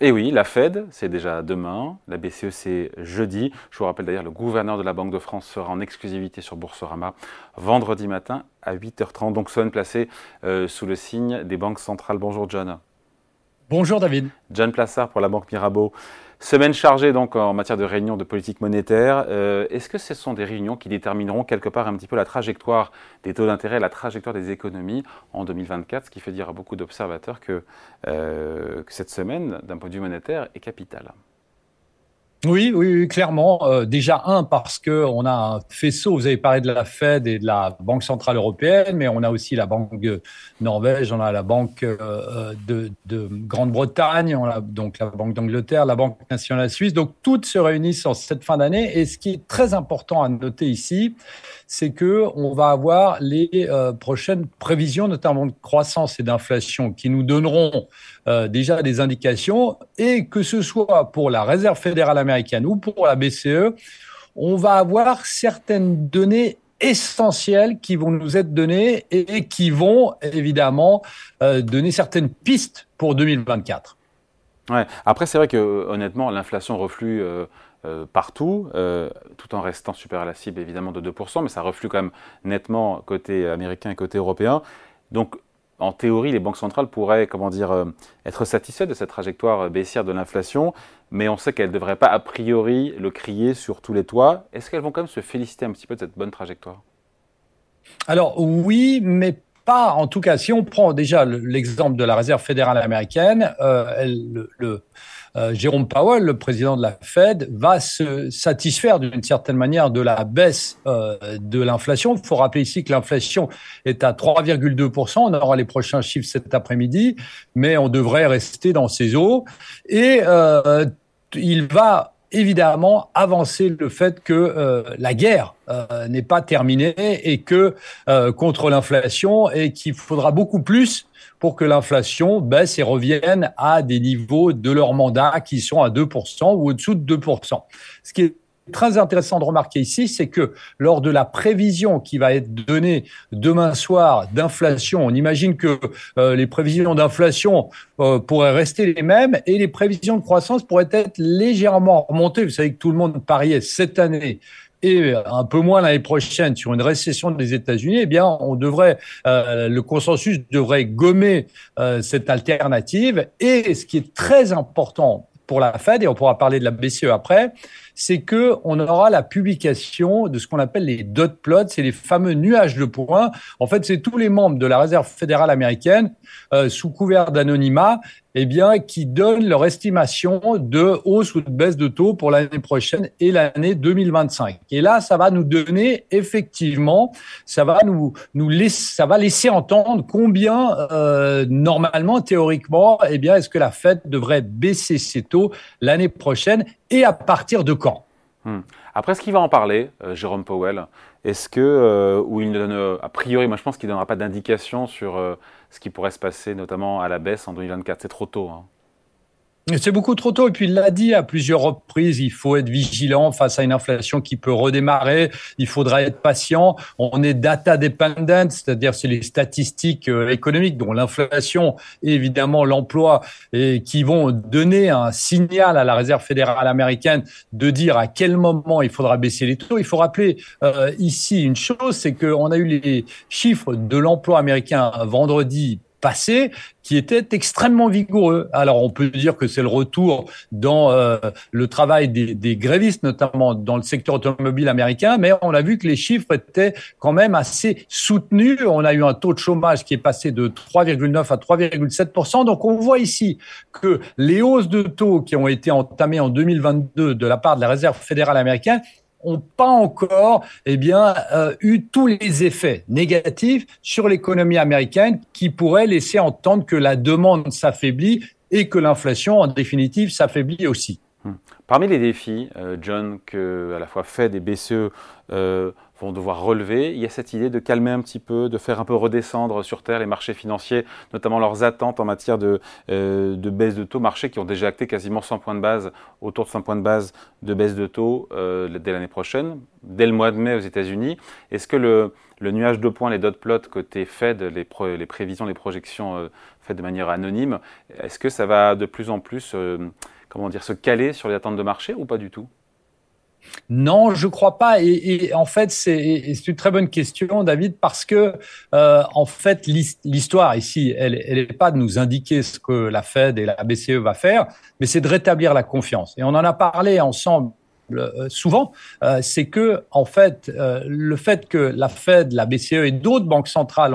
Et oui, la Fed, c'est déjà demain, la BCE, c'est jeudi. Je vous rappelle d'ailleurs, le gouverneur de la Banque de France sera en exclusivité sur Boursorama vendredi matin à 8h30. Donc, Son placé sous le signe des banques centrales. Bonjour John. Bonjour David. John Plassard pour la Banque Mirabeau. Semaine chargée donc en matière de réunions de politique monétaire. Est-ce que ce sont des réunions qui détermineront quelque part un petit peu la trajectoire des taux d'intérêt, la trajectoire des économies en 2024, ce qui fait dire à beaucoup d'observateurs que cette semaine, d'un point de vue monétaire, est capitale? Oui, clairement. Déjà, parce qu'on a un faisceau, vous avez parlé de la Fed et de la Banque Centrale Européenne, mais on a aussi la Banque de Norvège, on a la Banque de Grande-Bretagne, on a donc la Banque d'Angleterre, la Banque nationale suisse. Donc, toutes se réunissent en cette fin d'année. Et ce qui est très important à noter ici, c'est qu'on va avoir les prochaines prévisions, notamment de croissance et d'inflation, qui nous donneront déjà des indications, et que ce soit pour la Réserve fédérale américaine ou pour la BCE, on va avoir certaines données essentielles qui vont nous être données et qui vont évidemment donner certaines pistes pour 2024. Ouais. Après, c'est vrai que honnêtement, l'inflation reflue partout, tout en restant supérieure à la cible évidemment de 2%, mais ça reflue quand même nettement côté américain et côté européen. Donc, en théorie, les banques centrales pourraient, être satisfaites de cette trajectoire baissière de l'inflation, mais on sait qu'elles ne devraient pas a priori le crier sur tous les toits. Est-ce qu'elles vont quand même se féliciter un petit peu de cette bonne trajectoire? Alors oui, mais pas en tout cas. Si on prend déjà l'exemple de la Réserve fédérale américaine, Jérôme Powell, le président de la Fed, va se satisfaire d'une certaine manière de la baisse de l'inflation. Il faut rappeler ici que l'inflation est à 3,2%. On aura les prochains chiffres cet après-midi, mais on devrait rester dans ces eaux. Et il va évidemment avancer le fait que la guerre n'est pas terminée et que contre l'inflation, et qu'il faudra beaucoup plus pour que l'inflation baisse et revienne à des niveaux de leur mandat qui sont à 2% ou au-dessous de 2%. Ce qui est très intéressant de remarquer ici, c'est que lors de la prévision qui va être donnée demain soir d'inflation, on imagine que les prévisions d'inflation pourraient rester les mêmes et les prévisions de croissance pourraient être légèrement remontées. Vous savez que tout le monde pariait cette année et un peu moins l'année prochaine sur une récession des États-Unis. Eh bien, le consensus devrait gommer cette alternative. Et ce qui est très important pour la Fed, et on pourra parler de la BCE après, c'est qu'on aura la publication de ce qu'on appelle les dot plots, c'est les fameux nuages de points. En fait, c'est tous les membres de la Réserve fédérale américaine, sous couvert d'anonymat, qui donnent leur estimation de hausse ou de baisse de taux pour l'année prochaine et l'année 2025. Et là, ça va nous donner effectivement, ça va laisser entendre combien normalement, théoriquement, est-ce que la Fed devrait baisser ses taux l'année prochaine et à partir de quand? Après, est-ce qu'il va en parler, Jérôme Powell? Est-ce que, ou il ne donne, a priori, moi je pense qu'il ne donnera pas d'indication sur ce qui pourrait se passer, notamment à la baisse en 2024. C'est trop tôt, hein. C'est beaucoup trop tôt. Et puis, il l'a dit à plusieurs reprises, il faut être vigilant face à une inflation qui peut redémarrer. Il faudra être patient. On est data dependent, c'est-à-dire c'est les statistiques économiques, dont l'inflation et évidemment l'emploi, et qui vont donner un signal à la Réserve fédérale américaine de dire à quel moment il faudra baisser les taux. Il faut rappeler ici une chose, c'est qu'on a eu les chiffres de l'emploi américain vendredi passé qui était extrêmement vigoureux. Alors, on peut dire que c'est le retour dans le travail des grévistes, notamment dans le secteur automobile américain, mais on a vu que les chiffres étaient quand même assez soutenus. On a eu un taux de chômage qui est passé de 3,9 à 3,7%. Donc, on voit ici que les hausses de taux qui ont été entamées en 2022 de la part de la Réserve fédérale américaine n'ont pas encore eu tous les effets négatifs sur l'économie américaine qui pourraient laisser entendre que la demande s'affaiblit et que l'inflation, en définitive, s'affaiblit aussi. Parmi les défis, John, que à la fois Fed et BCE vont devoir relever. Il y a cette idée de calmer un petit peu, de faire un peu redescendre sur Terre les marchés financiers, notamment leurs attentes en matière de baisse de taux, marchés qui ont déjà acté quasiment 100 points de base, autour de 100 points de base de baisse de taux dès l'année prochaine, dès le mois de mai aux États-Unis. Est-ce que le nuage de points, les dot plots côté Fed, les prévisions, les projections faites de manière anonyme, est-ce que ça va de plus en plus se caler sur les attentes de marché ou pas du tout? Non, je crois pas. Et en fait, c'est une très bonne question, David, parce que en fait, l'histoire ici, elle est pas de nous indiquer ce que la Fed et la BCE va faire, mais c'est de rétablir la confiance. Et on en a parlé ensemble souvent, c'est que en fait, le fait que la Fed, la BCE et d'autres banques centrales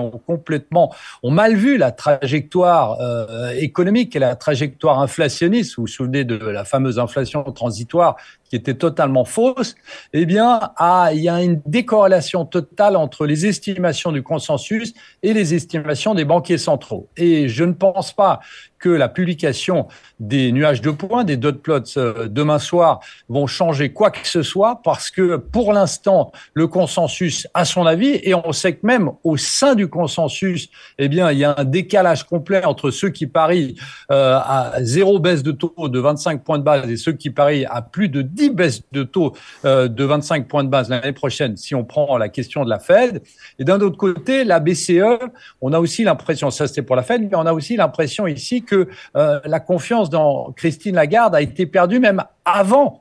ont mal vu la trajectoire économique et la trajectoire inflationniste. Vous vous souvenez de la fameuse inflation transitoire qui était totalement fausse, eh bien, il y a une décorrélation totale entre les estimations du consensus et les estimations des banquiers centraux. Et je ne pense pas que la publication des nuages de points, des dot plots demain soir vont changer quoi que ce soit parce que pour l'instant, le consensus a son avis et on sait que même au sein du consensus, eh bien, il y a un décalage complet entre ceux qui parient à zéro baisse de taux de 25 points de base et ceux qui parient à plus de 10 baisses de taux de 25 points de base l'année prochaine, si on prend la question de la Fed. Et d'un autre côté, la BCE, on a aussi l'impression, ça c'était pour la Fed, mais on a aussi l'impression ici que la confiance dans Christine Lagarde a été perdue même avant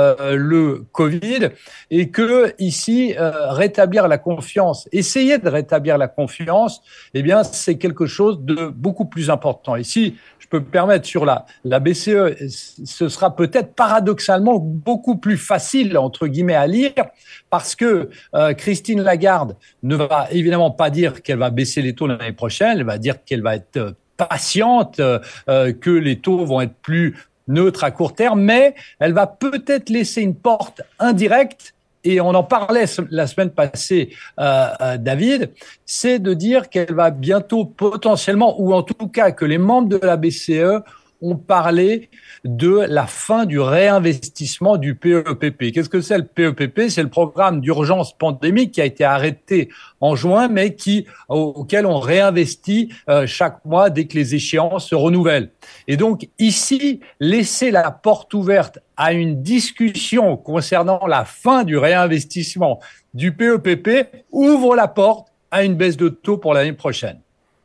le Covid et que ici rétablir la confiance, essayer de rétablir la confiance, eh bien c'est quelque chose de beaucoup plus important. Ici, je peux me permettre sur la BCE, ce sera peut-être paradoxalement beaucoup plus facile entre guillemets à lire parce que Christine Lagarde ne va évidemment pas dire qu'elle va baisser les taux l'année prochaine, elle va dire qu'elle va être patiente, que les taux vont être plus neutre à court terme, mais elle va peut-être laisser une porte indirecte, et on en parlait la semaine passée, David, c'est de dire qu'elle va bientôt potentiellement, ou en tout cas que les membres de la BCE ont parlé de la fin du réinvestissement du PEPP. Qu'est-ce que c'est le PEPP? C'est le programme d'urgence pandémique qui a été arrêté en juin, mais auquel on réinvestit chaque mois dès que les échéances se renouvellent. Et donc ici, laisser la porte ouverte à une discussion concernant la fin du réinvestissement du PEPP ouvre la porte à une baisse de taux pour l'année prochaine.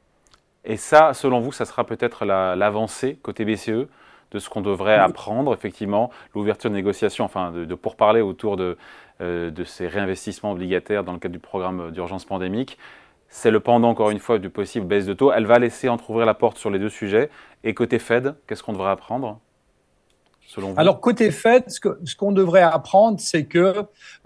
Et ça, selon vous, ça sera peut-être l'avancée côté BCE de ce qu'on devrait apprendre, effectivement, l'ouverture de négociations, enfin de pourparlers autour de ces réinvestissements obligataires dans le cadre du programme d'urgence pandémique. C'est le pendant, encore une fois, du possible baisse de taux. Elle va laisser entrouvrir la porte sur les deux sujets. Et côté Fed, qu'est-ce qu'on devrait apprendre, selon vous? Alors, côté Fed, ce qu'on devrait apprendre, c'est que,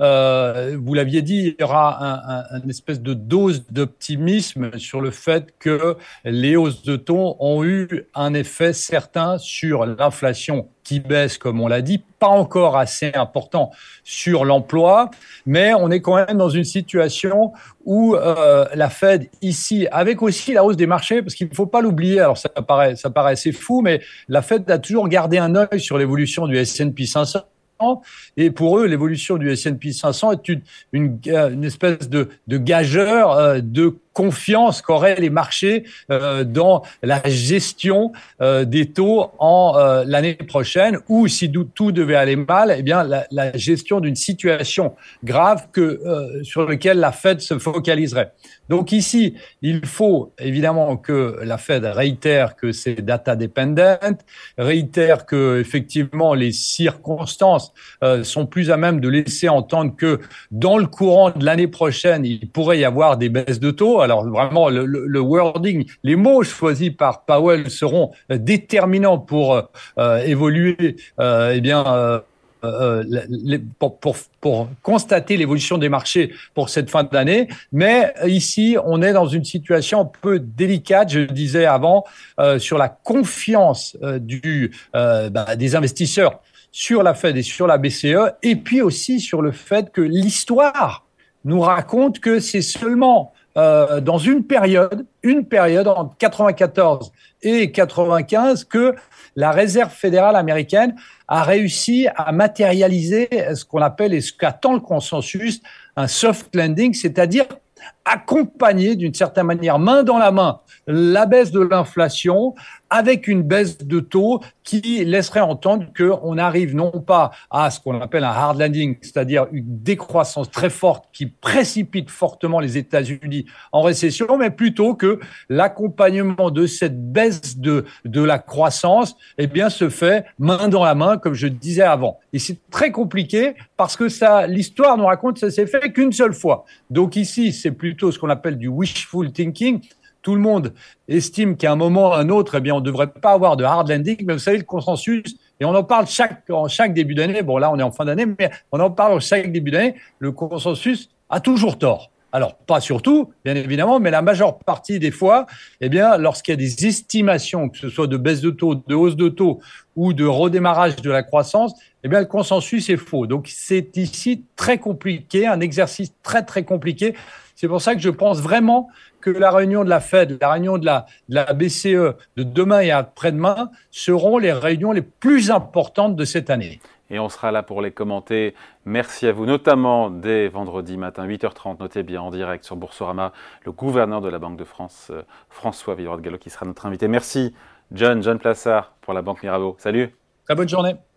vous l'aviez dit, il y aura une espèce de dose d'optimisme sur le fait que les hausses de taux ont eu un effet certain sur l'inflation qui baisse, comme on l'a dit, pas encore assez important sur l'emploi, mais on est quand même dans une situation où la Fed ici, avec aussi la hausse des marchés, parce qu'il ne faut pas l'oublier, alors ça paraît assez fou, mais la Fed a toujours gardé un œil sur l'évolution du S&P 500. Et pour eux, l'évolution du S&P 500 est une espèce de gageur de confiance qu'auraient les marchés dans la gestion des taux en l'année prochaine, ou si tout devait aller mal, eh bien la gestion d'une situation grave sur laquelle la Fed se focaliserait. Donc ici, il faut évidemment que la Fed réitère que c'est data dependent, réitère que effectivement les circonstances sont plus à même de laisser entendre que dans le courant de l'année prochaine, il pourrait y avoir des baisses de taux. Alors vraiment, le wording, les mots choisis par Powell seront déterminants pour évoluer, pour constater l'évolution des marchés pour cette fin d'année. Mais ici, on est dans une situation un peu délicate, je le disais avant, sur la confiance des investisseurs sur la Fed et sur la BCE, et puis aussi sur le fait que l'histoire nous raconte que c'est seulement dans une période entre 94 et 95 que la Réserve fédérale américaine a réussi à matérialiser ce qu'on appelle et ce qu'attend le consensus, un soft landing, c'est-à-dire accompagner d'une certaine manière, main dans la main, la baisse de l'inflation avec une baisse de taux qui laisserait entendre qu'on arrive non pas à ce qu'on appelle un hard landing, c'est-à-dire une décroissance très forte qui précipite fortement les États-Unis en récession, mais plutôt que l'accompagnement de cette baisse de la croissance eh bien, se fait main dans la main, comme je disais avant. Et c'est très compliqué parce que l'histoire nous raconte que ça s'est fait qu'une seule fois. Donc ici, c'est plutôt ce qu'on appelle du wishful thinking. Tout le monde estime qu'à un moment ou à un autre, eh bien, on ne devrait pas avoir de hard landing, mais vous savez, le consensus, et on en parle en chaque début d'année, bon là on est en fin d'année, mais on en parle chaque début d'année, le consensus a toujours tort. Alors, pas surtout, bien évidemment, mais la majeure partie des fois, eh bien, lorsqu'il y a des estimations, que ce soit de baisse de taux, de hausse de taux ou de redémarrage de la croissance, eh bien, le consensus est faux. Donc, c'est ici très compliqué, un exercice très, très compliqué. C'est pour ça que je pense vraiment que la réunion de la Fed, la réunion de la BCE de demain et après-demain seront les réunions les plus importantes de cette année. Et on sera là pour les commenter. Merci à vous, notamment dès vendredi matin, 8h30. Notez bien en direct sur Boursorama, le gouverneur de la Banque de France, François Villeroy de Galhau, qui sera notre invité. Merci, John Plassard, pour la Banque Mirabeau. Salut. Très bonne journée.